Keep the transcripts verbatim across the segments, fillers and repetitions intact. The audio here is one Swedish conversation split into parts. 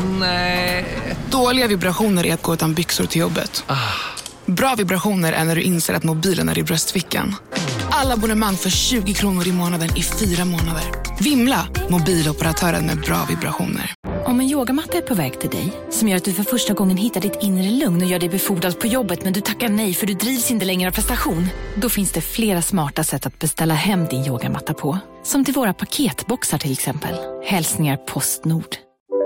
Nej. Dåliga vibrationer är att gå utan byxor till jobbet. Ah. Bra vibrationer är när du inser att mobilen är i bröstfickan. Alla abonnemang för tjugo kronor i månaden i fyra månader. Vimla, mobiloperatören med bra vibrationer. Om en yogamatta är på väg till dig, som gör att du för första gången hittar ditt inre lugn och gör dig befordrad på jobbet, men du tackar nej för du drivs inte längre av prestation. Då finns det flera smarta sätt att beställa hem din yogamatta på. Som till våra paketboxar till exempel. Hälsningar Postnord.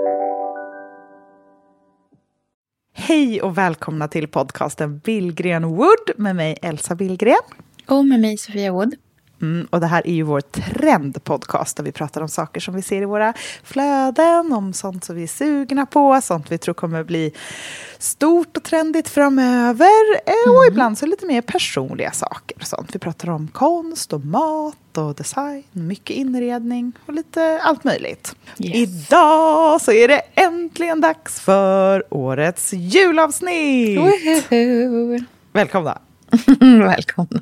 Hej och välkomna till podcasten Billgren Wood med mig Elsa Billgren. Och med mig Sofia Wood. Mm, och det här är ju vår trendpodcast där vi pratar om saker som vi ser i våra flöden, om sånt som vi är sugna på, sånt vi tror kommer bli stort och trendigt framöver. Mm. Och ibland så lite mer personliga saker och sånt. Vi pratar om konst och mat och design, mycket inredning och lite allt möjligt. Yes. Idag så är det äntligen dags för årets julavsnitt! Woho! Välkomna! Välkomna!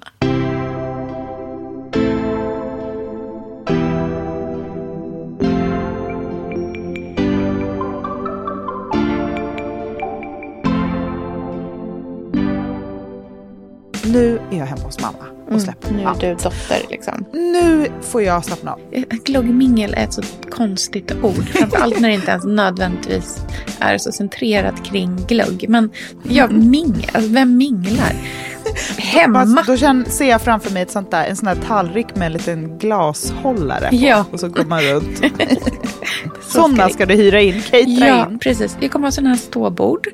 Nu är jag hemma hos mamma och släpper mm, Nu är allt. du dotter liksom. Nu får jag slappna av. Glöggmingel är ett så konstigt ord. Framförallt när det inte ens nödvändigtvis är så centrerat kring glögg. Men jag mingel, alltså vem minglar? Hemma. Då, då känner, ser jag framför mig ett sånt där, en sån här tallrik med en liten glashållare på, ja. Och så går man runt. Sådana ska du hyra in, catera ja, in. precis. Vi kommer ha sådana här ståbord.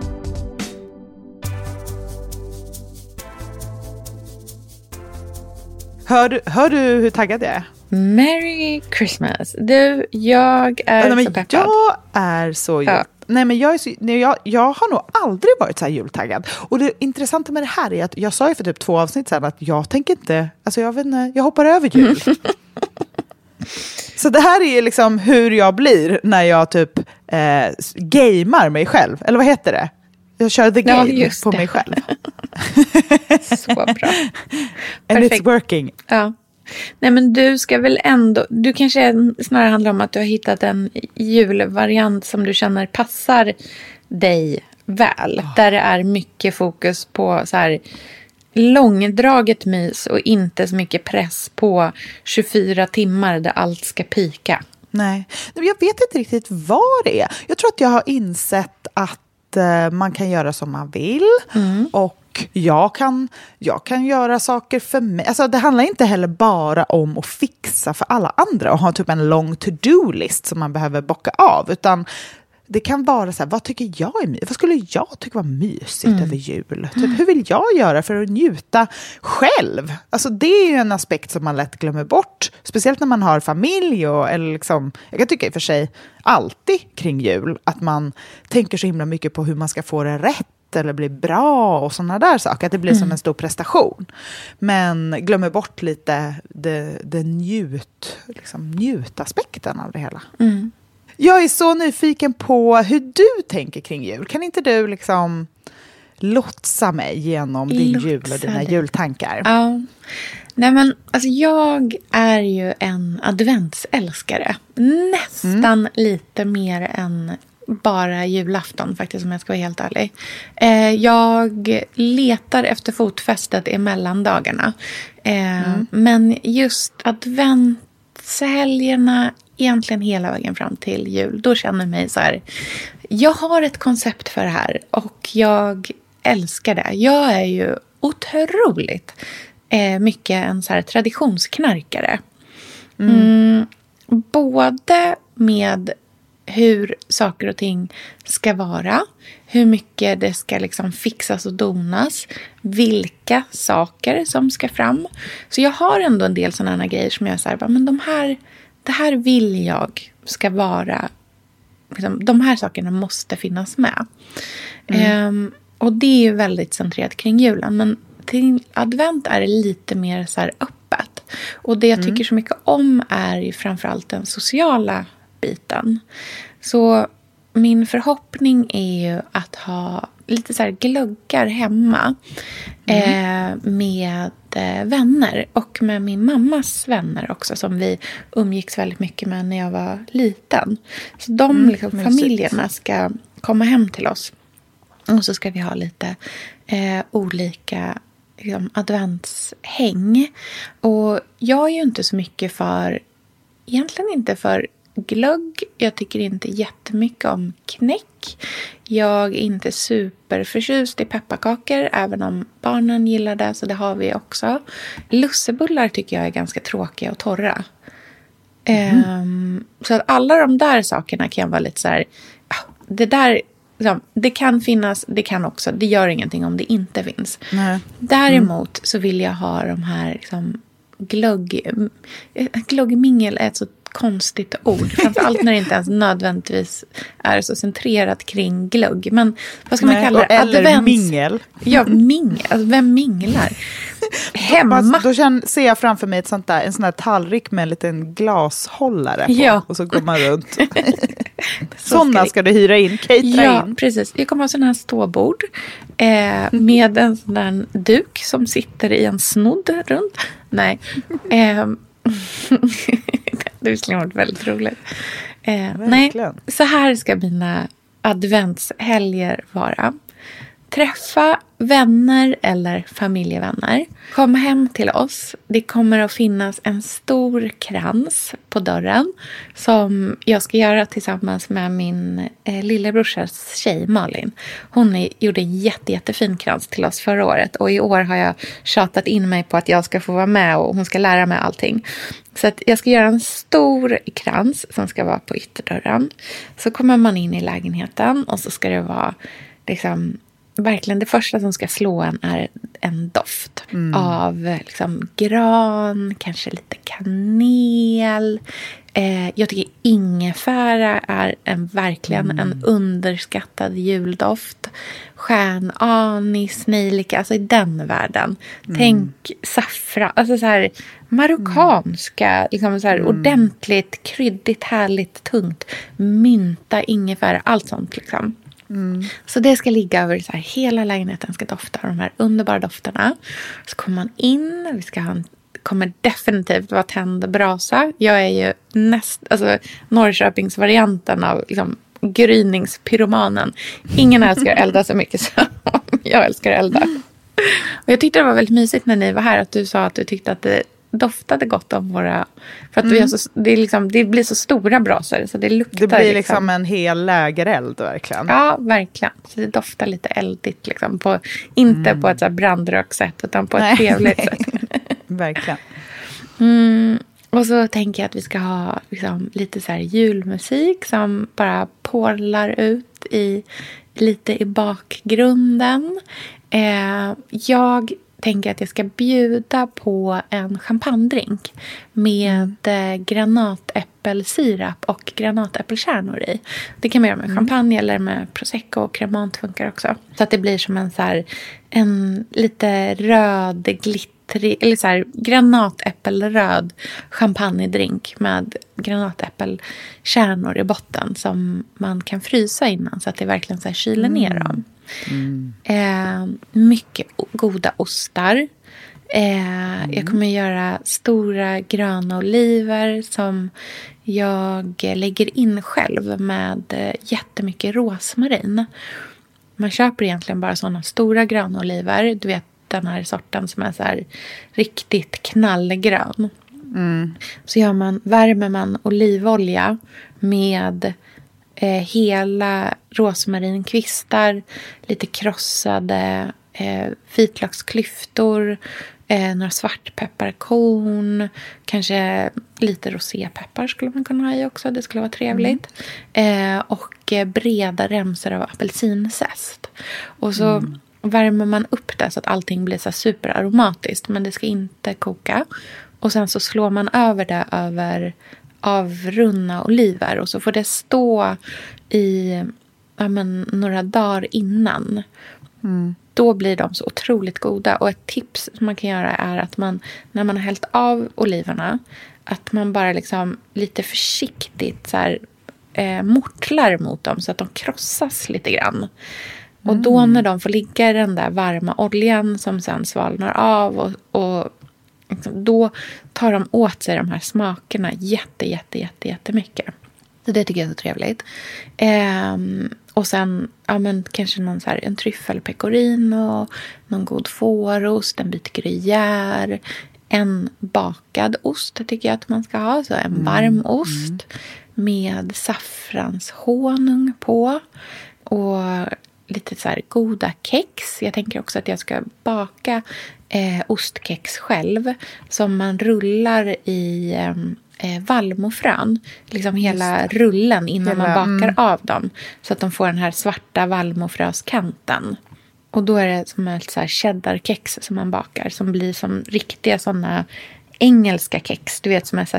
Hör du, hör du hur taggad jag är? Merry Christmas. Du, jag är ja, men så peppad. Jag är så jul. Ja. Nej, men jag, är så, nej, jag, jag har nog aldrig varit så här jultaggad. Och det intressanta med det här är att jag sa ju för typ två avsnitt sedan att jag tänker inte, alltså jag vet inte, jag hoppar över jul. Så det här är liksom hur jag blir när jag typ eh, gamear mig själv. Eller vad heter det? Jag kör the game ja, på det. Mig själv. Så bra. And Perfekt. It's working. Ja. Nej, men du ska väl ändå, du kanske snarare handlar om att du har hittat en julvariant som du känner passar dig väl. Oh. Där det är mycket fokus på så här långdraget mys och inte så mycket press på tjugofyra timmar där allt ska pika. Nej, jag vet inte riktigt vad det är. Jag tror att jag har insett att man kan göra som man vill. Mm. Och jag kan, jag kan göra saker för mig. Alltså det handlar inte heller bara om att fixa för alla andra och ha typ en lång to-do-list som man behöver bocka av. Utan det kan vara så här, vad tycker jag är mysigt? Vad skulle jag tycka var mysigt mm. över jul? Typ, hur vill jag göra för att njuta själv? Alltså det är ju en aspekt som man lätt glömmer bort. Speciellt när man har familj och eller liksom, jag kan tycka i och för sig alltid kring jul att man tänker så himla mycket på hur man ska få det rätt eller bli bra och sådana där saker. Att det blir mm. som en stor prestation. Men glömmer bort lite det, det njut, liksom, njutaspekten av det hela. Mm. Jag är så nyfiken på hur du tänker kring jul. Kan inte du liksom lotsa mig genom din lotsa jul och dina dig. jultankar? Ja. Nej, men alltså jag är ju en adventsälskare. Nästan mm. lite mer än bara julafton faktiskt, om jag ska vara helt ärlig. Eh, jag letar efter fotfästet i mellandagarna. Eh, mm. Men just adventshelgerna, egentligen hela vägen fram till jul, då känner jag mig så här, jag har ett koncept för det här och jag älskar det. Jag är ju otroligt eh, mycket en så här traditionsknarkare. Mm. Mm, både med hur saker och ting ska vara, hur mycket det ska liksom fixas och donas, vilka saker som ska fram. Så jag har ändå en del sådana grejer som jag säger, men de här, det här vill jag ska vara, liksom, de här sakerna måste finnas med. Mm. Um, och det är ju väldigt centrerat kring julen, men till advent är det lite mer så här öppet. Och det jag tycker mm. så mycket om är ju framförallt den sociala biten. Så min förhoppning är ju att ha lite så här glöggar hemma mm. eh, med eh, vänner och med min mammas vänner också som vi umgicks väldigt mycket med när jag var liten. Så de mm, liksom, familjerna ska komma hem till oss och så ska vi ha lite eh, olika liksom, adventshäng. Och jag är ju inte så mycket för, egentligen inte för glögg. Jag tycker inte jättemycket om knäck. Jag är inte superförtjust i pepparkakor, även om barnen gillar det, så det har vi också. Lussebullar tycker jag är ganska tråkiga och torra. Mm. Um, så att alla de där sakerna kan vara lite så här, det där, liksom, det kan finnas, det kan också, det gör ingenting om det inte finns. Nej. Däremot mm. så vill jag ha de här liksom, glögg, glöggmingel är ett så konstigt ord. Framförallt när det inte ens nödvändigtvis är så centrerat kring glögg. Men vad ska man kalla det? Eller Advents... mingel. Ja, mingel. Alltså, vem minglar? Hemma. Då, då känner, ser jag framför mig ett sånt där, en sån där tallrik med en liten glashållare på. Ja. Och så går man runt. Sådana ska, ska du hyra in, catera ja, in. Ja, precis. Jag kommer ha sådana här ståbord eh, med en sån där duk som sitter i en snodd runt. Nej. Eh, det skulle varit väldigt roligt. Eh, nej, så här ska mina adventshelger vara. Träffa vänner eller familjevänner. Kom hem till oss. Det kommer att finnas en stor krans på dörren som jag ska göra tillsammans med min eh, lillebrorsas tjej Malin. Hon är, gjorde en jätte, jättefin krans till oss förra året och i år har jag tjatat in mig på att jag ska få vara med och hon ska lära mig allting. Så att jag ska göra en stor krans som ska vara på ytterdörren. Så kommer man in i lägenheten och så ska det vara liksom verkligen det första som ska slå en är en doft mm. av liksom gran, kanske lite kanel. Eh, jag tycker ingefära är en, verkligen mm. en underskattad juldoft. Stjärnanis, nejlika, alltså i den världen. Mm. Tänk saffran, alltså så här marockanska, liksom så här mm. ordentligt, kryddigt, härligt, tungt. Mynta, ingefära, allt sånt liksom. Mm. Så det ska ligga över så här, hela lägenheten ska dofta av de här underbara dofterna. Så kommer man in, vi ska ha en, kommer definitivt vara tänd brasa. Jag är ju näst, alltså Norrköpings varianten av liksom, gryningspyromanen. Ingen älskar att elda så mycket som jag älskar att elda. Och jag tyckte det var väldigt mysigt när ni var här att du sa att du tyckte att det doftade gott av våra, för att mm. vi har så, det, är liksom, det blir så stora brasor så det luktar. Det blir liksom, liksom en hel lägereld verkligen. Ja, verkligen. Så det doftar lite eldigt liksom, på, inte mm. på ett så här brandröksätt utan på ett nej, trevligt nej. sätt. Verkligen. Mm, och så tänker jag att vi ska ha liksom, lite så här julmusik som bara porlar ut i lite i bakgrunden. Eh, jag tänker att jag ska bjuda på en champagnedrink med mm. granatäppelsirap och granatäppelkärnor i. Det kan man göra med mm. champagne eller med prosecco och cremant funkar också. Så att det blir som en så här, en lite röd glittrig eller så här granatäppelröd champagnedrink med granatäppelkärnor i botten som man kan frysa innan så att det verkligen så här kyler ner dem. Mm. Mm. Eh, mycket goda ostar. eh, mm. Jag kommer göra stora gröna oliver som jag lägger in själv med jättemycket rosmarin. Man köper egentligen bara sådana stora gröna oliver. Du vet den här sorten som är så här riktigt knallgrön. Mm. Så gör man, värmer man olivolja med Eh, hela rosmarinkvistar, lite krossade eh, vitlöksklyftor, eh, några svartpepparkorn, kanske lite rosépeppar skulle man kunna ha i också, det skulle vara trevligt. Mm. Eh, och eh, breda remsor av apelsinzest. Och så mm. värmer man upp det så att allting blir så superaromatiskt, men det ska inte koka. Och sen så slår man över det över avrunna oliver och så får det stå i ja, men, några dagar innan. Mm. Då blir de så otroligt goda. Och ett tips som man kan göra är att man, när man har hällt av oliverna, att man bara liksom lite försiktigt så här, eh, mortlar mot dem så att de krossas lite grann. Mm. Och då när de får ligga i den där varma oljan som sen svalnar av och, och liksom, då tar de åt sig de här smakerna jätte, jätte, jätte, jättemycket. Så det tycker jag är så trevligt. Ehm, och sen ja, men, kanske någon så här, en tryffelpecorino, någon god fårost, en bit gruyère, en bakad ost tycker jag att man ska ha. Så en mm. varm ost mm. med saffranshonung på. Och lite så här goda kex. Jag tänker också att jag ska baka eh, ostkex själv. Som man rullar i eh, vallmofrön. Liksom hela rullen innan hela, man bakar mm. av dem. Så att de får den här svarta vallmofröskanten. Och då är det som ett så här cheddarkex som man bakar. Som blir som riktiga sådana engelska kex. Du vet som är så här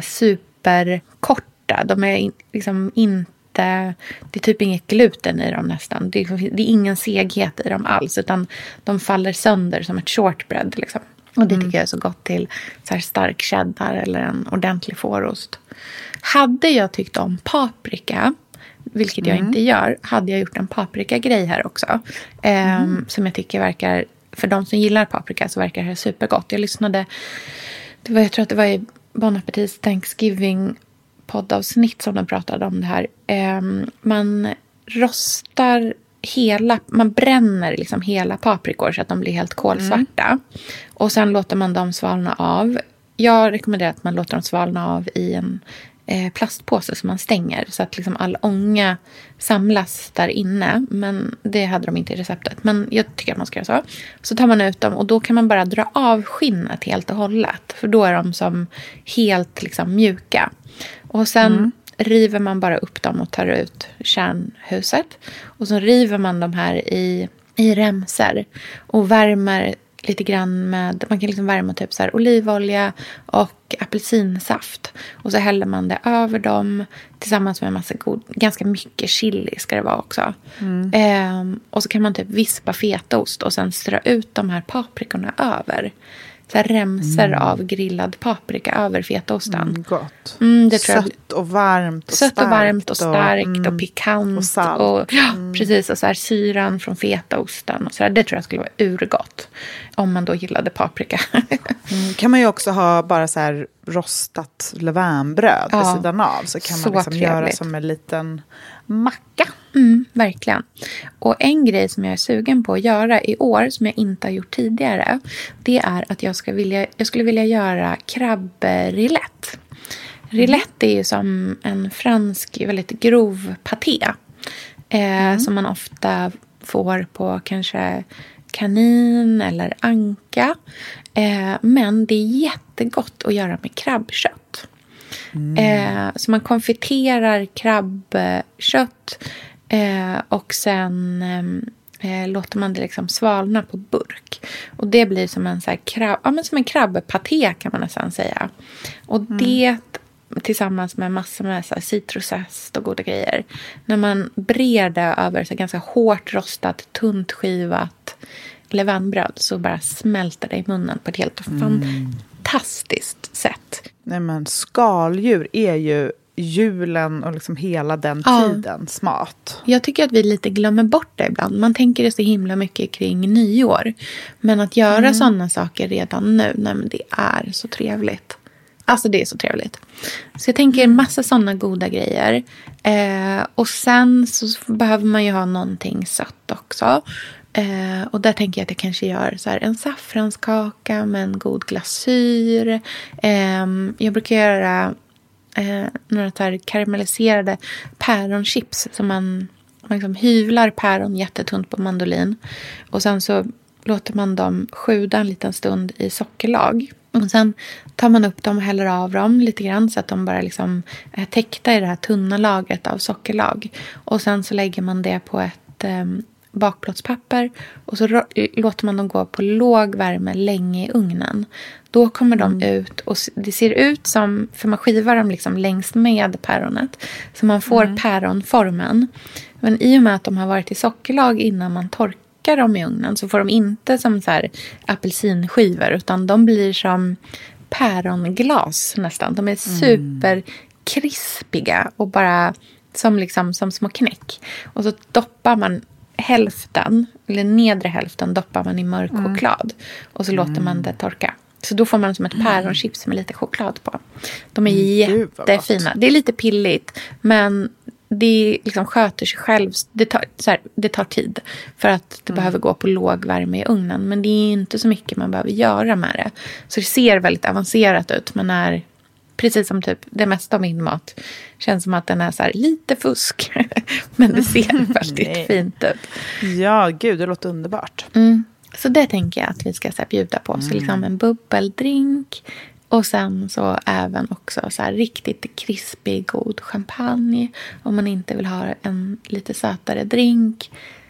superkorta. De är in, liksom inte... Det är typ inget gluten i dem nästan. Det är, det är ingen seghet i dem alls. Utan de faller sönder som ett shortbread liksom. Och det tycker mm. jag är så gott till så här stark cheddar eller en ordentlig fårost. Hade jag tyckt om paprika, vilket jag mm. inte gör, hade jag gjort en paprikagrej här också. Eh, mm. Som jag tycker verkar, för de som gillar paprika så verkar det supergott. Jag lyssnade, det var, jag tror att det var i Bon Appetits Thanksgiving poddavsnitt som de pratade om det här. Eh, man rostar hela, man bränner liksom hela paprikor så att de blir helt kolsvarta. Mm. Och sen låter man dem svalna av. Jag rekommenderar att man låter dem svalna av i en eh, plastpåse som man stänger. Så att liksom all ånga samlas där inne. Men det hade de inte i receptet. Men jag tycker att man ska göra så. Så tar man ut dem och då kan man bara dra av skinnet helt och hållet. För då är de som helt liksom mjuka. Och sen mm. river man bara upp dem och tar ut kärnhuset. Och så river man de här i, i remser. Och värmer lite grann med... Man kan liksom värma typ så här olivolja och apelsinsaft. Och så häller man det över dem. Tillsammans med en massa god... Ganska mycket chili ska det vara också. Mm. Ehm, och så kan man typ vispa fetaost. Och sen strö ut de här paprikorna över. Så här remser mm. av grillad paprika över fetaosten. Mm, gott. Mm, det tror sött jag... och varmt och sött starkt. och varmt och starkt och, och, och pikant. Och salt. Och, ja, mm. precis. Och så här syran från fetaosten. Och så här, det tror jag skulle vara urgott. Om man då gillade paprika. mm, kan man ju också ha bara så här rostat levainbröd ja, vid sidan av. Så kan man liksom göra som en liten macka. Mm, verkligen. Och en grej som jag är sugen på att göra i år som jag inte har gjort tidigare, det är att jag, ska vilja, jag skulle vilja göra krabbrillette. Rillette är ju som en fransk väldigt grov paté eh, mm. som man ofta får på kanske kanin eller anka. Eh, men det är jättegott att göra med krabbkött. Mm. Eh, så man konfiterar krabbkött eh, och sen eh, låter man det liksom svalna på burk. Och det blir som en, så här krabb, ja, men som en krabbpaté kan man nästan säga. Och mm. det tillsammans med massor med så här citrusest och goda grejer. När man brer det över så ganska hårt rostat, tunt skivat levainbröd så bara smälter det i munnen på ett helt mm. fantastiskt sätt. Nej, men skaldjur är ju julen och liksom hela den ja. tidens mat. Jag tycker att vi lite glömmer bort det ibland. Man tänker det så himla mycket kring nyår. Men att göra mm. sådana saker redan nu, nej men det är så trevligt. Alltså det är så trevligt. Så jag tänker en massa sådana goda grejer. Eh, och sen så behöver man ju ha någonting sött också. Eh, och där tänker jag att jag kanske gör så här en saffranskaka med en god glasyr. Eh, jag brukar göra eh, några så här karamelliserade päronchips som man, man liksom hyvlar päron jättetunt på mandolin. Och sen så låter man dem sjuda en liten stund i sockerlag. Och sen tar man upp dem och häller av dem lite grann så att de bara liksom är täckta i det här tunna lagret av sockerlag. Och sen så lägger man det på ett eh, bakplåtspapper och så ro- låter man dem gå på låg värme länge i ugnen. Då kommer de mm. ut och det ser ut som, för man skivar dem liksom längst med päronet. Så man får mm. päronformen. Men i och med att de har varit i sockerlag innan man torkar dem i ugnen så får de inte som så här apelsinskivor utan de blir som päronglas nästan. De är superkrispiga och bara som, liksom, som små knäck. Och så doppar man hälften, eller nedre hälften doppar man i mörk mm. choklad. Och så mm. låter man det torka. Så då får man som ett päronchips med lite choklad på. De är mm, jättefina. Det är lite pilligt, men det liksom sköter sig själv. Det tar, så här, det tar tid för att det mm. behöver gå på låg värme i ugnen. Men det är inte så mycket man behöver göra med det. Så det ser väldigt avancerat ut, men är precis som typ det mesta av min mat känns som att den är så här lite fusk. Men det ser väldigt fint ut. Ja, gud, det låter underbart. Mm. Så det tänker jag att vi ska så här, bjuda på. Så liksom en bubbeldrink. Och sen så även också så här riktigt krispig, god champagne. Om man inte vill ha en lite sötare drink.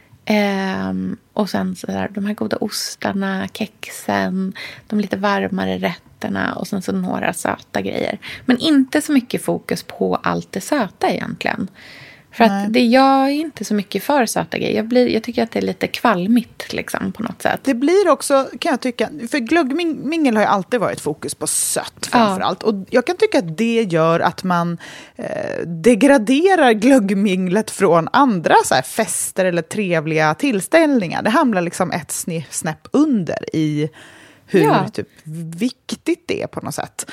Ehm, och sen så där, de här goda ostarna, kexen, de lite varmare rätterna. Och sen så några söta grejer. Men inte så mycket fokus på allt det söta egentligen. För att det, jag är inte så mycket för söta grejer. Jag, blir, jag tycker att det är lite kvalmigt liksom, på något sätt. Det blir också, kan jag tycka, för glöggmingel har ju alltid varit fokus på sött framförallt. Ja. Och jag kan tycka att det gör att man eh, degraderar glöggminglet från andra så här, fester eller trevliga tillställningar. Det hamnar liksom ett snäpp under i hur ja. typ, viktigt det är på något sätt.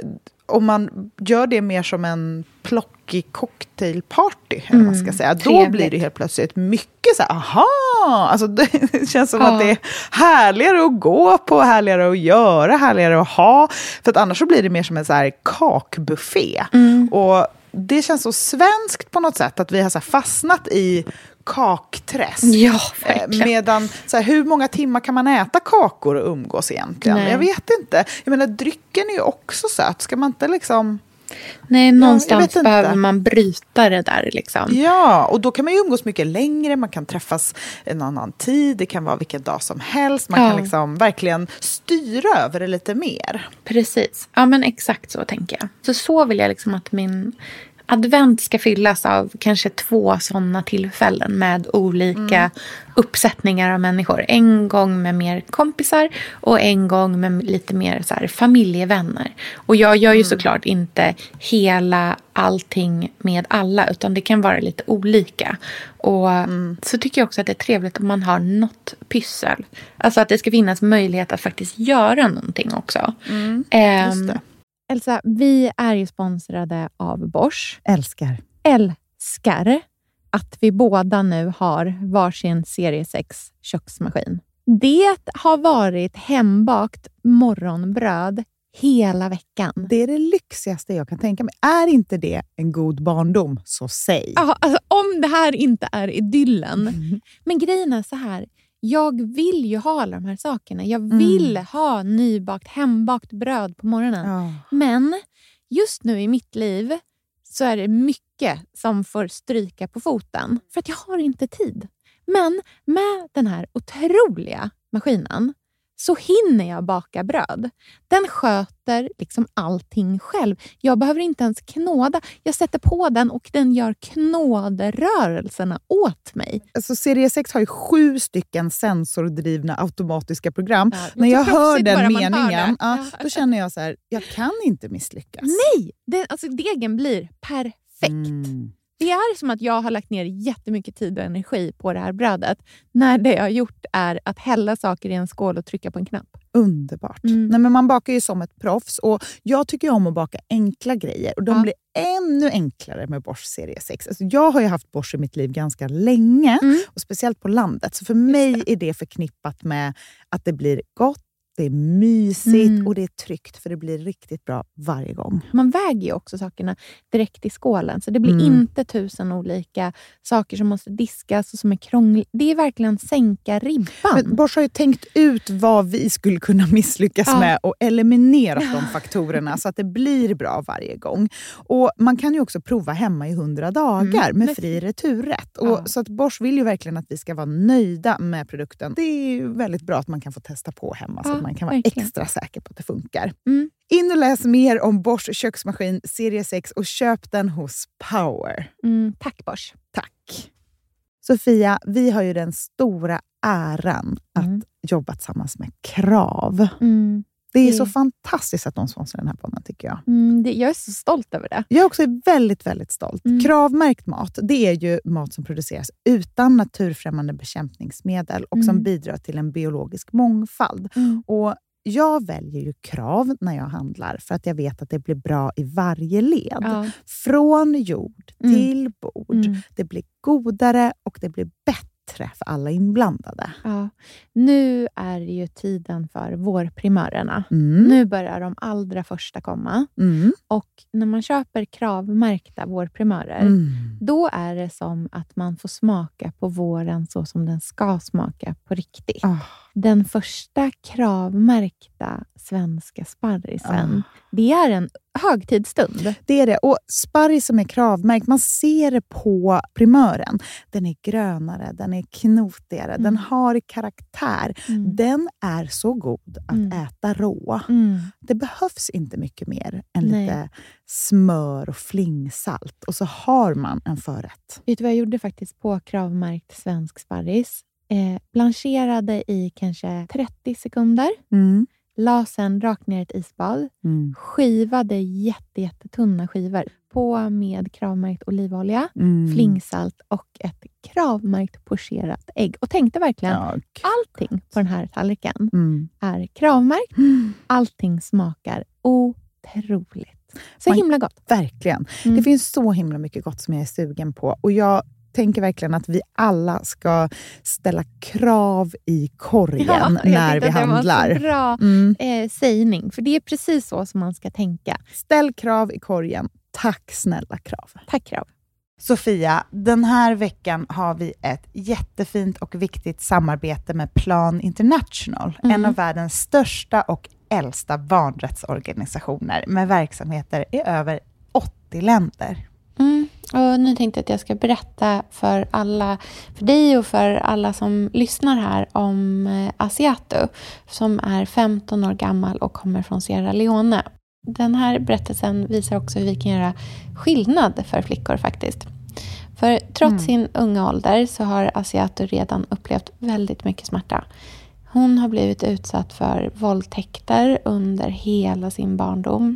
Om man gör det mer som en plockig cocktailparty, eller mm, man ska säga, då blir det helt plötsligt mycket så här, aha! Alltså det känns som ja. att det är härligare att gå på, härligare att göra, härligare att ha. För att annars så blir det mer som en så här kakbuffé. Mm. Och det känns så svenskt på något sätt att vi har så här fastnat i kakträsk. Ja, verkligen. Medan, så här, hur många timmar kan man äta kakor och umgås egentligen? Nej. Jag vet inte. Jag menar, drycken är ju också söt. Ska man inte liksom... Nej, någonstans ja, behöver man bryta det där liksom. Ja, och då kan man ju umgås mycket längre. Man kan träffas en annan tid. Det kan vara vilken dag som helst. Man ja. kan liksom verkligen styra över det lite mer. Precis. Ja, men exakt så tänker jag. Så så vill jag liksom att min advent ska fyllas av kanske två sådana tillfällen med olika mm. uppsättningar av människor. En gång med mer kompisar och en gång med lite mer så här familjevänner. Och jag gör ju mm. såklart inte hela allting med alla, utan det kan vara lite olika. Och mm. så tycker jag också att det är trevligt om man har något pyssel. Alltså att det ska finnas möjlighet att faktiskt göra någonting också. Mm. Um, Just det. Elsa, vi är ju sponsrade av Bosch. Älskar. Älskar att vi båda nu har varsin serie sex köksmaskin. Det har varit hembakt morgonbröd hela veckan. Det är det lyxigaste jag kan tänka mig. Är inte det en god barndom, så säg. Ja, alltså, om det här inte är idyllen. Mm. Men grejen är så här. Jag vill ju ha alla de här sakerna. Jag vill mm. ha nybakt, hembakt bröd på morgonen. Ja. Men just nu i mitt liv så är det mycket som får stryka på foten. För att jag har inte tid. Men med den här otroliga maskinen så hinner jag baka bröd. Den sköter liksom allting själv. Jag behöver inte ens knåda. Jag sätter på den och den gör knåderörelserna åt mig. Alltså serie sex har ju sju stycken sensordrivna automatiska program. Ja, när jag hör den meningen, hör ja, då känner jag så här, jag kan inte misslyckas. Nej, den, alltså degen blir perfekt. Mm. Det är som att jag har lagt ner jättemycket tid och energi på det här brödet. När det jag har gjort är att hälla saker i en skål och trycka på en knapp. Underbart. Mm. Nej, men man bakar ju som ett proffs. Och jag tycker om att baka enkla grejer. Och de ja. blir ännu enklare med Bosch serie sex. Alltså jag har ju haft Bosch i mitt liv ganska länge. Mm. Och speciellt på landet. Så för mig det. är det förknippat med att det blir gott. Det är mysigt mm. och det är tryggt, för det blir riktigt bra varje gång. Man väger ju också sakerna direkt i skålen. Så det blir mm. inte tusen olika saker som måste diskas och som är krångligt. Det är verkligen sänka ribban. Men Bosch har ju tänkt ut vad vi skulle kunna misslyckas ja. med och eliminera de faktorerna så att det blir bra varje gång. Och man kan ju också prova hemma i hundra dagar mm. med fri returrätt. Och ja. Så att Bosch vill ju verkligen att vi ska vara nöjda med produkten. Det är ju väldigt bra att man kan få testa på hemma så ja. man kan vara Verkligen. extra säker på att det funkar. Mm. In och läs mer om Bosch köksmaskin serie sex och köp den hos Power. Mm, tack Bosch. Tack. Sofia, vi har ju den stora äran att mm. jobba tillsammans med Krav. Mm. Det är det... så fantastiskt att de sponsrar den här podden, tycker jag. Mm, det, jag är så stolt över det. Jag är också väldigt, väldigt stolt. Mm. Kravmärkt mat, det är ju mat som produceras utan naturfrämmande bekämpningsmedel och mm. som bidrar till en biologisk mångfald. Mm. Och jag väljer ju Krav när jag handlar för att jag vet att det blir bra i varje led. Ja. Från jord mm. till bord. Mm. Det blir godare och det blir bättre för alla inblandade. Ja. Nu är det ju tiden för vårprimörerna. Mm. Nu börjar de allra första komma. Mm. Och när man köper kravmärkta vårprimörer, mm. då är det som att man får smaka på våren så som den ska smaka på riktigt. Oh. Den första kravmärkta svenska sparrisen, oh. det är en högtidsstund. Det är det. Och sparris som är kravmärkt, man ser det på primören. Den är grönare, den är knotigare, mm. den har karaktär. Mm. Den är så god att mm. äta rå. Mm. Det behövs inte mycket mer än Nej. lite smör och flingsalt. Och så har man en förrätt. Vet du vad jag gjorde faktiskt på kravmärkt svensk sparris? Eh, blancherade i kanske trettio sekunder. Mm. La sen rakt ner ett isbad. Mm. Skivade jätte, jättetunna skivor. På med kravmärkt olivolja, mm. flingsalt och ett kravmärkt pocherat ägg. Och tänkte verkligen, ja. allting på den här tallriken mm. är kravmärkt. Mm. Allting smakar otroligt. Så Man, himla gott. Verkligen. Mm. Det finns så himla mycket gott som jag är sugen på. Och jag tänker verkligen att vi alla ska ställa krav i korgen ja, när vi handlar. Det var så bra mm. eh, sägning. För det är precis så som man ska tänka. Ställ krav i korgen. Tack snälla Krav. Tack Krav. Sofia, den här veckan har vi ett jättefint och viktigt samarbete med Plan International. Mm. En av världens största och äldsta barnrättsorganisationer med verksamheter i över åttio länder. Mm. Och nu tänkte jag att jag ska berätta för alla, för dig och för alla som lyssnar här om Asiato som är femton år gammal och kommer från Sierra Leone. Den här berättelsen visar också hur vi kan göra skillnad för flickor faktiskt. För trots mm. sin unga ålder så har Asiato redan upplevt väldigt mycket smärta. Hon har blivit utsatt för våldtäkter under hela sin barndom.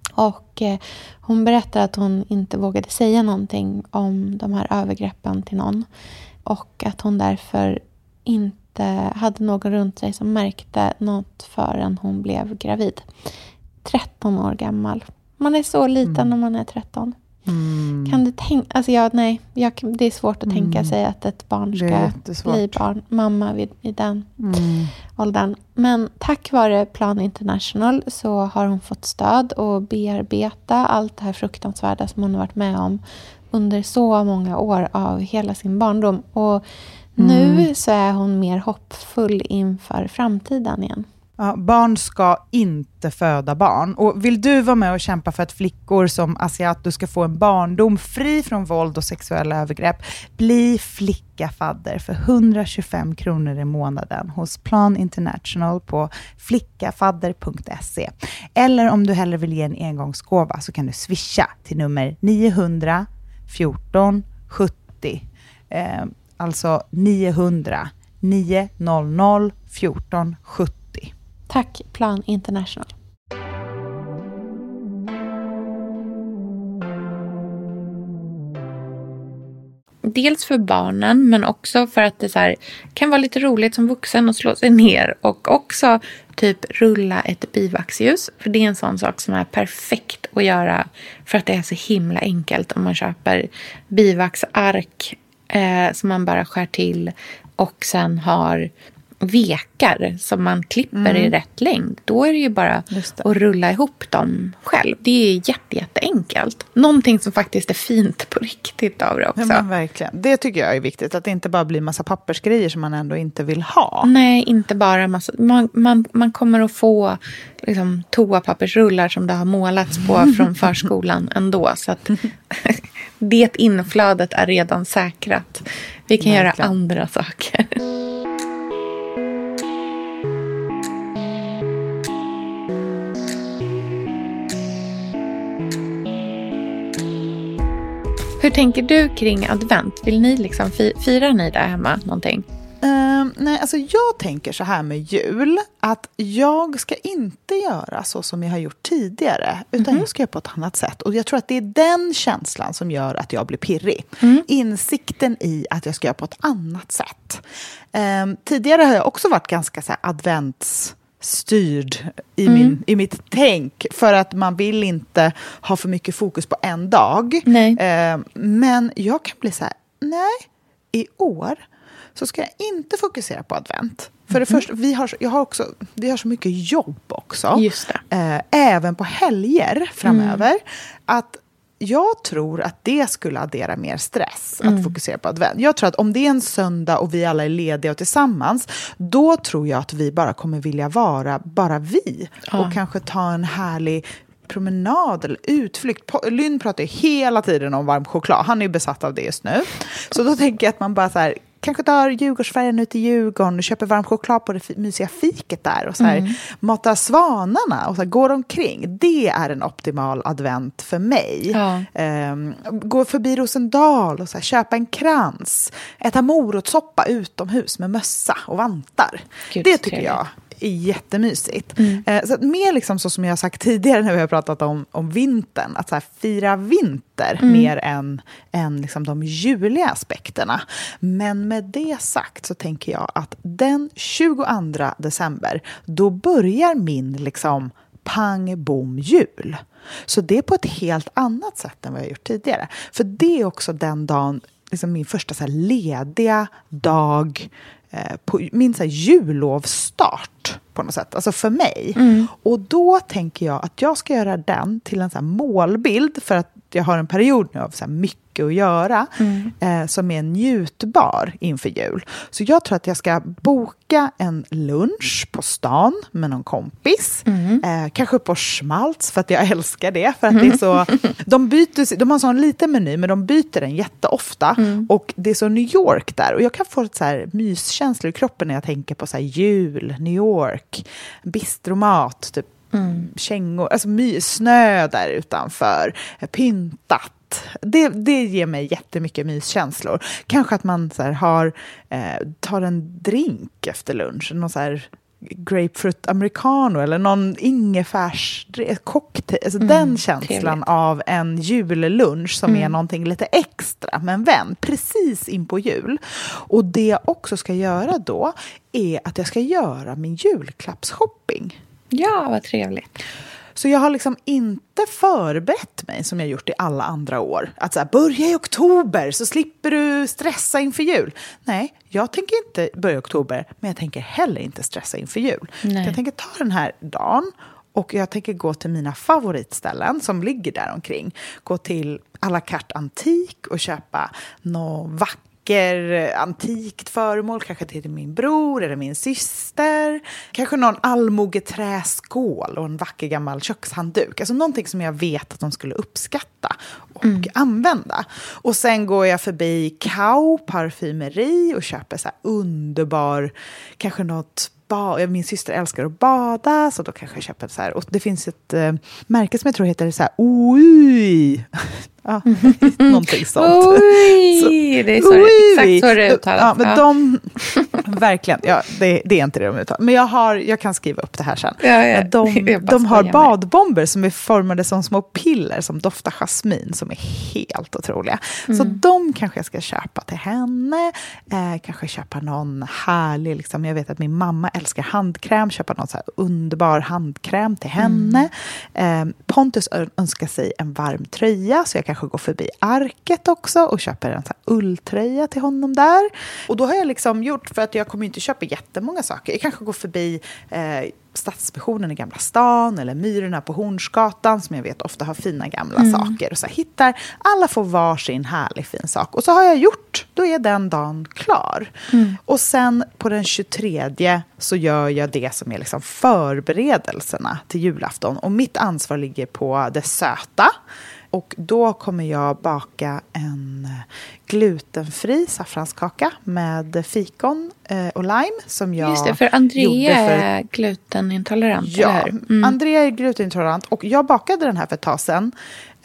Och eh, hon berättar att hon inte vågade säga någonting om de här övergreppen till någon. Och att hon därför inte hade någon runt sig som märkte något förrän hon blev gravid. tretton år gammal. Man är så liten mm. när man är tretton. Mm. Kan du tänka... Alltså jag, nej, jag, det är svårt att mm. tänka sig att ett barn ska bli barn, mamma vid, i den mm. åldern. Men tack vare Plan International så har hon fått stöd och bearbeta allt det här fruktansvärda som hon har varit med om under så många år av hela sin barndom. Och mm. nu så är hon mer hoppfull inför framtiden igen. Ja, barn ska inte föda barn. Och vill du vara med och kämpa för att flickor som Asiato ska få en barndom fri från våld och sexuella övergrepp, bli flickafadder för hundratjugofem kronor i månaden hos Plan International på flickafadder punkt se. Eller om du hellre vill ge en engångsgåva så kan du swisha till nummer niohundra fjorton sjuttio. Eh, alltså niohundra niohundra fjorton sjuttio. Tack Plan International. Dels för barnen men också för att det så här, kan vara lite roligt som vuxen att slå sig ner och också typ rulla ett bivaxljus. För det är en sån sak som är perfekt att göra för att det är så himla enkelt om man köper bivaxark eh, som man bara skär till och sen har vekar som man klipper mm. i rätt längd. Då är det ju bara att rulla ihop dem själv. Det är jätte, jätteenkelt. Någonting som faktiskt är fint på riktigt av det också. Ja, men verkligen. Det tycker jag är viktigt. Att det inte bara blir massa pappersgrejer som man ändå inte vill ha. Nej, inte bara massa. Man, man, man kommer att få liksom, toapappersrullar som det har målats på från förskolan ändå. Så att det inflödet är redan säkrat. Vi kan verkligen göra andra saker. Hur tänker du kring advent? Vill ni liksom fi- fira ni där hemma någonting? Uh, nej, alltså jag tänker så här med jul, att jag ska inte göra så som jag har gjort tidigare, utan mm. jag ska göra på ett annat sätt. Och jag tror att det är den känslan som gör att jag blir pirrig. Mm. Insikten i att jag ska göra på ett annat sätt. Uh, tidigare har jag också varit ganska så här advents... styrd i, mm. min, i mitt tänk, för att man vill inte ha för mycket fokus på en dag. Nej. Eh, men jag kan bli så här, nej, i år så ska jag inte fokusera på advent. För mm. det första, vi har, jag har också, vi har så mycket jobb också. Just det. Eh, även på helger framöver. Mm. Att jag tror att det skulle addera mer stress att mm. fokusera på advent. Jag tror att om det är en söndag och vi alla är lediga och tillsammans, då tror jag att vi bara kommer vilja vara bara vi. Ja. Och kanske ta en härlig promenad eller utflykt. Lynn pratar ju hela tiden om varm choklad. Han är ju besatt av det just nu. Så då tänker jag att man bara så här, kanske tar Djurgårdsfärgen ut i Djurgården och köper varm choklad på det mysiga fiket där och så här, mm. matar svanarna och så här, går omkring. Det är en optimal advent för mig. Ja. Um, gå förbi Rosendal och så här, köpa en krans. Äta morotssoppa utomhus med mössa och vantar. Gud, det tycker trevligt. jag är jättemysigt. Mm. Eh, så att mer liksom så som jag har sagt tidigare när vi har pratat om, om vintern, att så här, fira vinter mm. mer än, än liksom de juliga aspekterna. Men med det sagt så tänker jag att den tjugoandra december, då börjar min liksom pang, bom, jul. Så det är på ett helt annat sätt än vad jag har gjort tidigare. För det är också den dagen, liksom min första så här lediga dag, på min så här jullovsstart på något sätt, alltså för mig. Mm. Och då tänker jag att jag ska göra den till en så här målbild, för att jag har en period nu av så här mycket att göra mm. eh, som är njutbar inför jul. Så jag tror att jag ska boka en lunch på stan med någon kompis. Mm. Eh, kanske på Schmaltz, för att jag älskar det. För att mm. det är så, de, byter, de har en sån liten meny, men de byter den jätteofta. Mm. Och det är så New York där. Och jag kan få ett så här myskänsla i kroppen när jag tänker på så här jul, New York, bistromat, typ Mm. kängor, alltså my, snö där utanför, pyntat. Det, det ger mig jättemycket myskänslor. Kanske att man så här har eh, tar en drink efter lunch, någon så här grapefruit americano eller någon ingefärs cocktail, alltså mm, den känslan trevligt. Av en jullunch som mm. är någonting lite extra, men vän, precis in på jul. Och det jag också ska göra då är att jag ska göra min julklappsshopping. Ja, vad trevligt. Så jag har liksom inte förberett mig som jag gjort i alla andra år. Att så här, börja i oktober så slipper du stressa inför jul. Nej, jag tänker inte börja i oktober, men jag tänker heller inte stressa inför jul. Jag tänker ta den här dagen och jag tänker gå till mina favoritställen som ligger där omkring. Gå till à la carte antik och köpa något vackert antikt föremål, kanske till min bror eller min syster, kanske någon allmogeträskål och en vacker gammal kökshandduk, alltså någonting som jag vet att de skulle uppskatta och mm. använda. Och sen går jag förbi Kau parfymeri och köper så här underbar, kanske något ba- min syster älskar att bada, så då kanske jag köper så här, och det finns ett äh, märke som jag tror heter så här Oi. Ja, någonting sånt. Oj, så, det är så, exakt så det uttalas. Ja, men de, verkligen, ja, det, det är inte det de uttalar. Men jag, har, jag kan skriva upp det här sen. Ja, ja. De, de har badbomber som är formade som små piller som doftar jasmin, som är helt otroliga. Mm. Så de kanske jag ska köpa till henne. Eh, kanske köpa någon härlig, liksom, jag vet att min mamma älskar handkräm. Köpa någon så här underbar handkräm till henne. Mm. Eh, Pontus önskar sig en varm tröja, så jag kanske går förbi Arket också och köper en så här ulltröja till honom där. Och då har jag liksom gjort, för att jag kommer inte köpa jättemånga saker. Jag kanske går förbi eh, Stadsmissionen i Gamla stan eller Myrorna på Hornsgatan, som jag vet ofta har fina gamla mm. saker. Och så här, hittar, alla får varsin härlig fin sak. Och så har jag gjort, då är den dagen klar. Mm. Och sen på den tjugotredje så gör jag det som är liksom förberedelserna till julafton. Och mitt ansvar ligger på det söta. Och då kommer jag baka en glutenfri saffranskaka med fikon och lime som jag Just det, för Andrea för... är glutenintolerant, ja, eller hur? Mm. Andrea är glutenintolerant och jag bakade den här för ett tag sedan.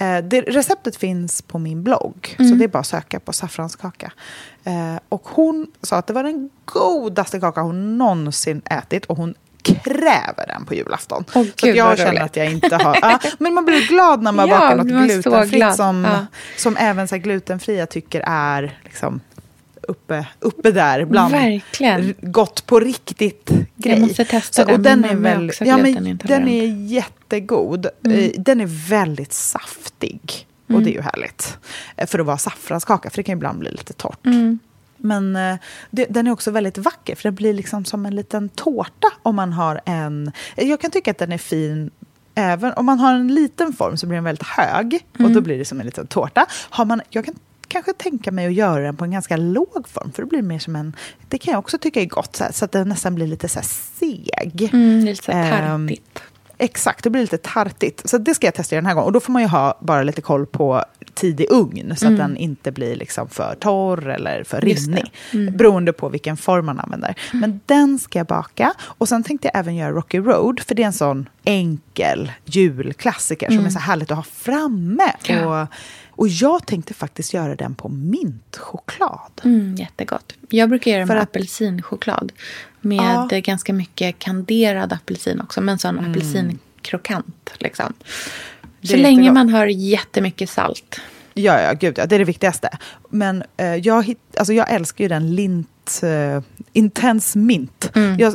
Eh, det, receptet finns på min blogg. Mm. Så det är bara att söka på saffranskaka. Eh, och hon sa att det var den godaste kaka hon någonsin ätit. Och hon kräver den på julafton. Oh, så Gud, jag känner att jag inte har... ja, men man blir glad när man ja, bakar något glutenfritt. Som, ja. som även så här, glutenfria tycker är... Liksom, Uppe, uppe där bland Verkligen. gott på riktigt grej. Jag måste testa så, den. Och den är väldigt, ja, men den är jättegod. Mm. Den är väldigt saftig. Mm. Och det är ju härligt. För att vara saffranskaka, för det kan ibland bli lite torrt. Mm. Men det, den är också väldigt vacker, för det blir liksom som en liten tårta om man har en... Jag kan tycka att den är fin. Även om man har en liten form så blir den väldigt hög. Mm. Och då blir det som en liten tårta. Har man, jag kan kanske tänka mig att göra den på en ganska låg form. För det blir mer som en... Det kan jag också tycka är gott. Så, här, så att den nästan blir lite så här seg. Mm, lite så här tartigt. Um, exakt, det blir lite tartigt. Så det ska jag testa den här gången. Och då får man ju ha bara lite koll på tidig ugn. Så mm. att den inte blir liksom för torr eller för rinnig. Mm. Beroende på vilken form man använder. Mm. Men den ska jag baka. Och sen tänkte jag även göra Rocky Road. För det är en sån enkel julklassiker. Mm. Som är så härligt att ha framme. Ja. Och... Och jag tänkte faktiskt göra den på mintchoklad. Mm, jättegott. Jag brukar göra den med att, apelsinchoklad. Med ja. ganska mycket kanderad apelsin också. Men sån mm. apelsinkrokant. Liksom. Så länge man har jättemycket salt. Ja, ja, gud, ja, det är det viktigaste. Men eh, jag, hit, alltså, jag älskar ju den lint... Uh, intens mint. Mm. Jag,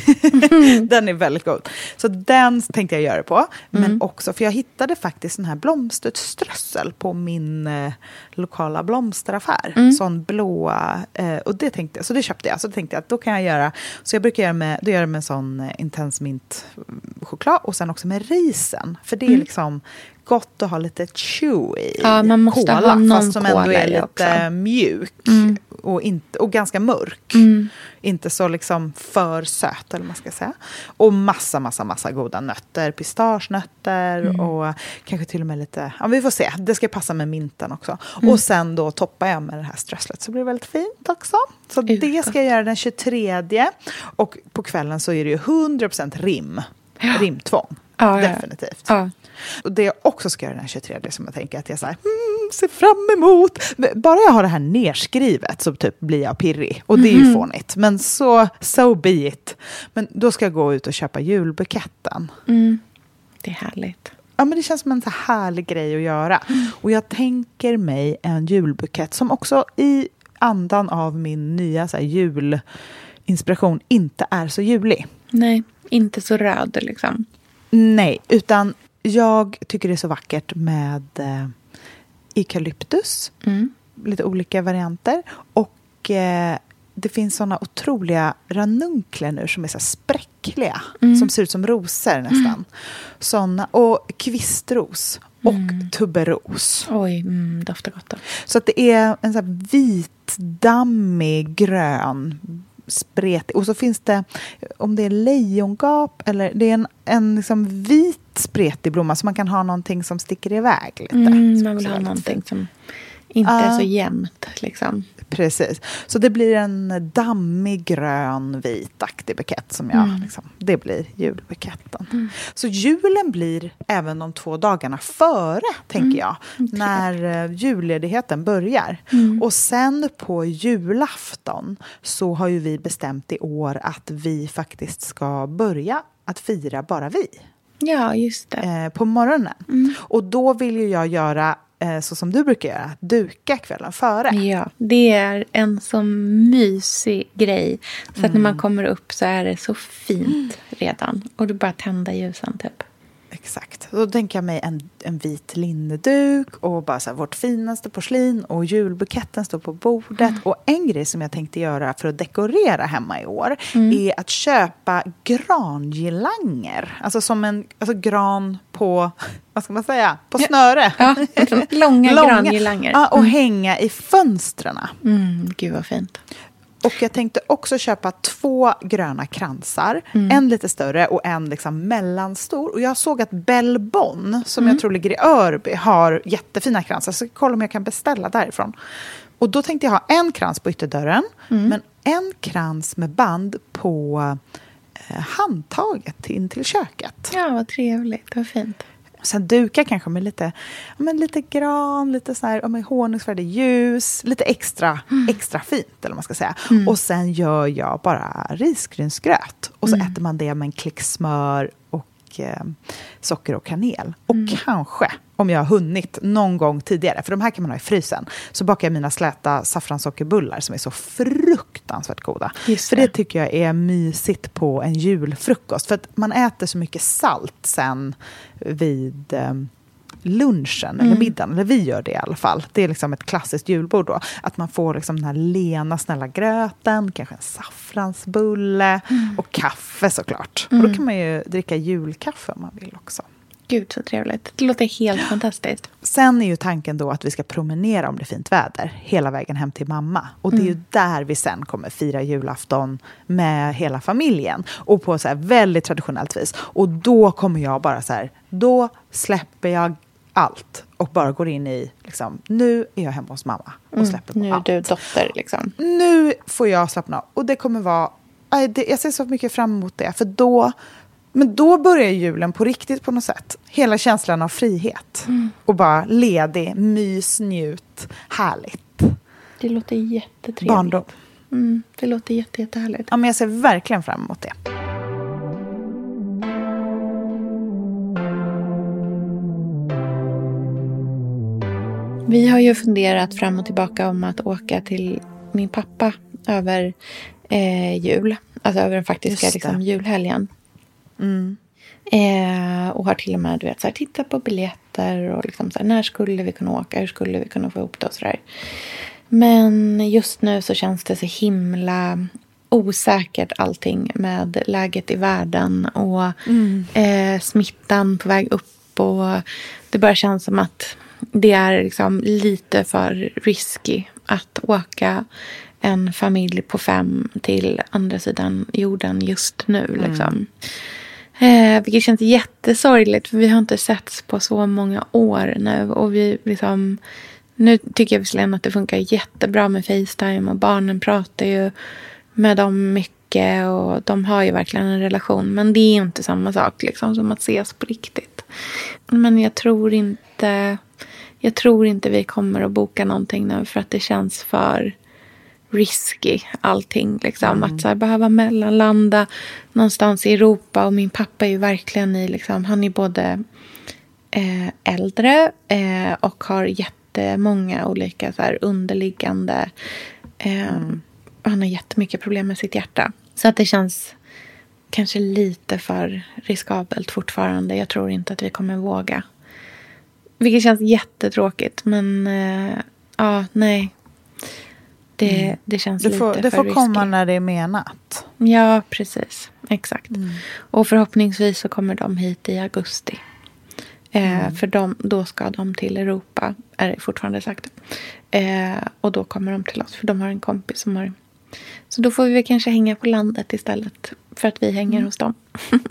den är väldigt god. Så den tänkte jag göra på. Men mm. också, för jag hittade faktiskt den här blomsterströssel på min uh, lokala blomsteraffär. Mm. Sån blåa. Uh, och det tänkte jag, så det köpte jag. Så tänkte jag att då kan jag göra, så jag brukar göra med, då gör jag med sån uh, intens mint choklad. Och sen också med risen. För det är mm. liksom gott att ha lite chewy ja, man måste kola, ha någon fast som ändå är lite också. mjuk mm. och, inte, och ganska mörk. Mm. Inte så liksom för söt, eller man ska säga. Och massa, massa, massa goda nötter. Pistagenötter mm. och kanske till och med lite... Ja, vi får se. Det ska passa med minten också. Mm. Och sen då toppar jag med det här strösslet. Så blir det väldigt fint också. Så Ufa. Det ska jag göra den tjugotredje. Och på kvällen så är det ju hundra procent rim. Ja. Rimtvång. Ja, definitivt. Ja. Och det jag också ska göra den tjugotredje som jag tänker att jag så här, mm, ser fram emot. Bara jag har det här nerskrivet så typ blir jag pirrig. Och det är ju mm. fånigt. Men så, so be it. Men då ska jag gå ut och köpa julbuketten. Mm. Det är härligt. Ja, men det känns som en så härlig grej att göra. Mm. Och jag tänker mig en julbukett som också i andan av min nya så här, julinspiration inte är så julig. Nej, inte så röd liksom. Nej, utan jag tycker det är så vackert med eh, eukalyptus. Mm. Lite olika varianter. Och eh, det finns såna otroliga ranunkler nu som är så spräckliga. Mm. Som ser ut som rosor nästan. Mm. Såna, och kvistros. Och mm. tuberos. Oj, mm, doftar gott då. Så att det är en så här vit, dammig, grön spretig. Och så finns det, om det är lejongap eller det är en, en liksom vit spretig blomma så man kan ha någonting som sticker iväg lite. Mm, man vill ha någonting som inte uh, är så jämnt liksom. Precis. Så det blir en dammig, grön, vitaktig bukett som jag, mm. liksom, det blir julbuketten. Mm. Så julen blir även de två dagarna före, tänker mm. jag, mm. när uh, julledigheten börjar. Mm. Och sen på julafton så har ju vi bestämt i år att vi faktiskt ska börja att fira bara vi. Ja, just det. Eh, på morgonen. Mm. Och då vill ju jag göra så som du brukar göra, duka kvällen före. Ja, det är en så mysig grej. Så mm. att när man kommer upp så är det så fint redan. Och du bara tända ljusen typ. Exakt. Då tänker jag mig en, en vit linneduk och bara så här, vårt finaste porslin och julbuketten står på bordet. Mm. Och en grej som jag tänkte göra för att dekorera hemma i år mm. är att köpa grangirlanger. Alltså som en alltså gran på, vad ska man säga, på snöre. Ja, ja. Långa, Långa grangirlanger. Ja, och mm. hänga i fönstren. Mm, gud vad fint. Och jag tänkte också köpa två gröna kransar. Mm. En lite större och en liksom mellanstor. Och jag såg att Bellbon, som mm. jag tror ligger i Örby, har jättefina kransar. Så jag kolla om jag kan beställa därifrån. Och då tänkte jag ha en krans på ytterdörren. Mm. Men en krans med band på eh, handtaget in till köket. Ja, vad trevligt. Vad fint. Sen dukar kanske med lite, men lite gran, lite så här, med honungsfärgade ljus, lite extra, mm. extra fint eller vad man ska säga. Mm. Och sen gör jag bara risgrynsgröt. Och så mm. äter man det med en klick smör och eh, socker och kanel. Och mm. kanske, om jag har hunnit någon gång tidigare, för de här kan man ha i frysen, så bakar jag mina släta saffranssockerbullar som är så fruktansvärt goda. Just för det. det tycker jag är mysigt på en julfrukost. För att man äter så mycket salt sen vid eh, lunchen mm. eller middagen. Eller vi gör det i alla fall. Det är liksom ett klassiskt julbord då. Att man får liksom den här lena, snälla gröten, kanske en saffransbulle mm. och kaffe såklart. Mm. Och då kan man ju dricka julkaffe om man vill också. Gud så trevligt. Det låter helt fantastiskt. Sen är ju tanken då att vi ska promenera om det är fint väder hela vägen hem till mamma. Och det är mm. ju där vi sen kommer fira julafton med hela familjen. Och på så här väldigt traditionellt vis. Och då kommer jag bara så här, då släpper jag allt. Och bara går in i, liksom, nu är jag hemma hos mamma. Och släpper mm, på allt. Nu är du dotter liksom. Nu får jag slappna av. Och det kommer vara, jag ser så mycket fram emot det. För då... Men då börjar julen på riktigt på något sätt. Hela känslan av frihet. Mm. Och bara ledig, mys, njut, härligt. Det låter jättetrevligt. Barndom. Mm, det låter jätte, jättehärligt. Ja, men jag ser verkligen fram emot det. Vi har ju funderat fram och tillbaka om att åka till min pappa över eh, jul. Alltså över den faktiska liksom, julhelgen. Mm. Eh, och har till och med du vet, så här, tittat på biljetter och liksom, så här, när skulle vi kunna åka, hur skulle vi kunna få ihop det och sådär. Men just nu så känns det så himla osäkert allting med läget i världen och mm. eh, smittan på väg upp och det bara känns som att det är liksom lite för risky att åka en familj på fem till andra sidan jorden just nu liksom. Mm. Eh, vilket känns jättesorgligt för vi har inte setts på så många år nu och vi liksom nu tycker jag visserligen att det funkar jättebra med FaceTime och barnen pratar ju med dem mycket och de har ju verkligen en relation men det är inte samma sak liksom som att ses på riktigt. Men jag tror inte jag tror inte vi kommer att boka någonting nu för att det känns för risky allting liksom mm. att så här, behöva mellanlanda någonstans i Europa och min pappa är ju verkligen i liksom, han är både eh, äldre eh, och har jättemånga olika så här, underliggande eh, mm. han har jättemycket problem med sitt hjärta så att det känns kanske lite för riskabelt fortfarande. Jag tror inte att vi kommer våga, vilket känns jättetråkigt men eh, ja nej. Det, mm. det känns det får, lite det för får risky. komma när det är menat. Ja, precis. Exakt. Mm. Och förhoppningsvis så kommer de hit i augusti. Eh, mm. för de, då ska de till Europa, är det fortfarande sagt. Eh, och då kommer de till oss, för de har en kompis som har... Så då får vi kanske hänga på landet istället för att vi hänger mm. hos dem.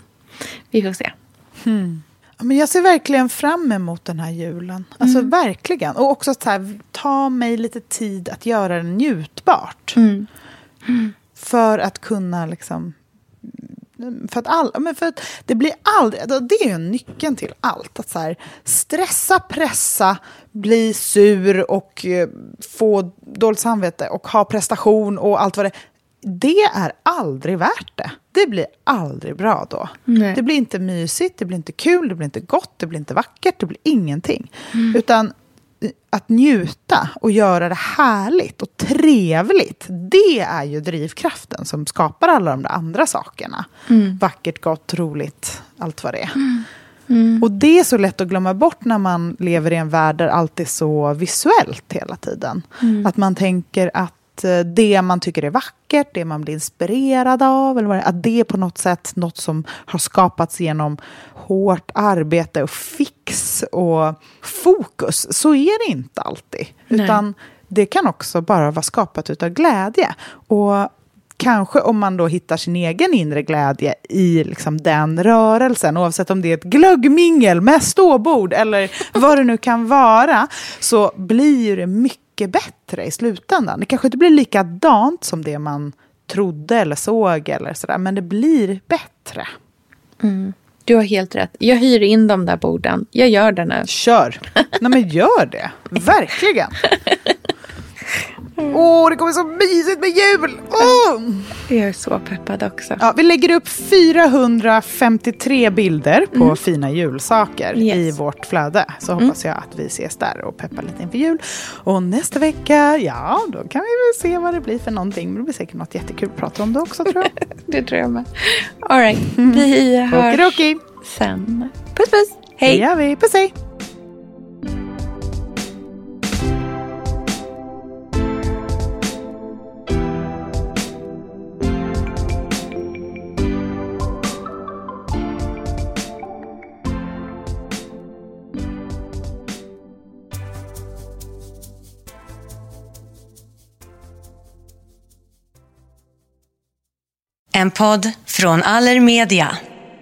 Vi får se. Mm. Men jag ser verkligen fram emot den här julen. Alltså mm. verkligen. Och också så här, ta mig lite tid att göra det njutbart. Mm. Mm. För att kunna liksom... För att, all, men för att det blir aldrig... Det är ju nyckeln till allt. Att så här, stressa, pressa, bli sur och få dåligt samvete och ha prestation och allt vad det är. Det är aldrig värt det. Det blir aldrig bra då. Nej. Det blir inte mysigt, det blir inte kul, det blir inte gott, det blir inte vackert, det blir ingenting. Mm. Utan att njuta och göra det härligt och trevligt, det är ju drivkraften som skapar alla de där andra sakerna. Mm. Vackert, gott, roligt, allt vad det är. Mm. Mm. Och det är så lätt att glömma bort när man lever i en värld där allt är så visuellt hela tiden. Mm. Att man tänker att det man tycker är vackert, det man blir inspirerad av, eller vad det är, att det är på något sätt något som har skapats genom hårt arbete och fix och fokus. Så är det inte alltid. Nej. Utan det kan också bara vara skapat utav glädje. Och kanske om man då hittar sin egen inre glädje i liksom den rörelsen, oavsett om det är ett glöggmingel med ståbord eller vad det nu kan vara, så blir det mycket bättre i slutändan. Det kanske inte blir likadant som det man trodde eller såg eller sådär, men det blir bättre. Mm. Du har helt rätt. Jag hyr in de där borden. Jag gör det nu. Kör. Nej men gör det. Verkligen. Åh, oh, det kommer så mysigt med jul. Oh. Jag är så peppad också. Ja, vi lägger upp fyrahundrafemtiotre bilder på mm. fina julsaker yes. i vårt flöde. Så mm. hoppas jag att vi ses där och peppar lite inför jul. Och nästa vecka, ja, då kan vi väl se vad det blir för någonting. Men det blir säkert något jättekul att prata om det också, tror jag. Det tror jag med. All right, vi hörs Okidoki. sen. Puss, puss. Hej. Det gör vi. Puss, hej. En podd från Allermedia.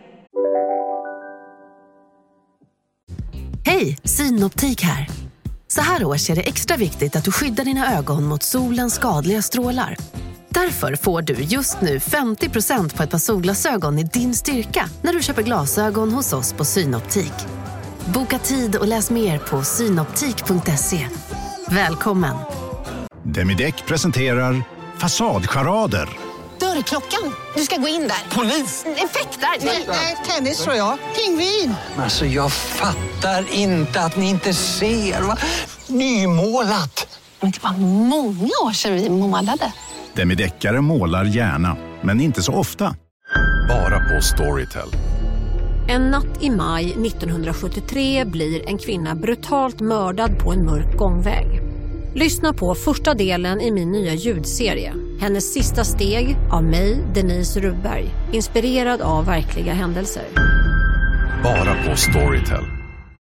Hej, Synoptik här. Så här års är det extra viktigt att du skyddar dina ögon mot solens skadliga strålar. Därför får du just nu femtio procent på ett par solglasögon i din styrka när du köper glasögon hos oss på Synoptik. Boka tid och läs mer på synoptik punkt se. Välkommen! Demideck presenterar Fasadcharader. Dörrklockan. Du ska gå in där. Polis? Effektar? Nej, tennis tror jag. Pingvin. Alltså jag fattar inte att ni inte ser. Va? Nymålat. Men det var många år sedan vi målade. Demideckare målar gärna, men inte så ofta. Bara på Storytel. En natt i maj nittonhundrasjuttiotre blir en kvinna brutalt mördad på en mörk gångväg. Lyssna på första delen i min nya ljudserie. Hennes sista steg av mig, Denise Rubberg. Inspirerad av verkliga händelser. Bara på Storytel.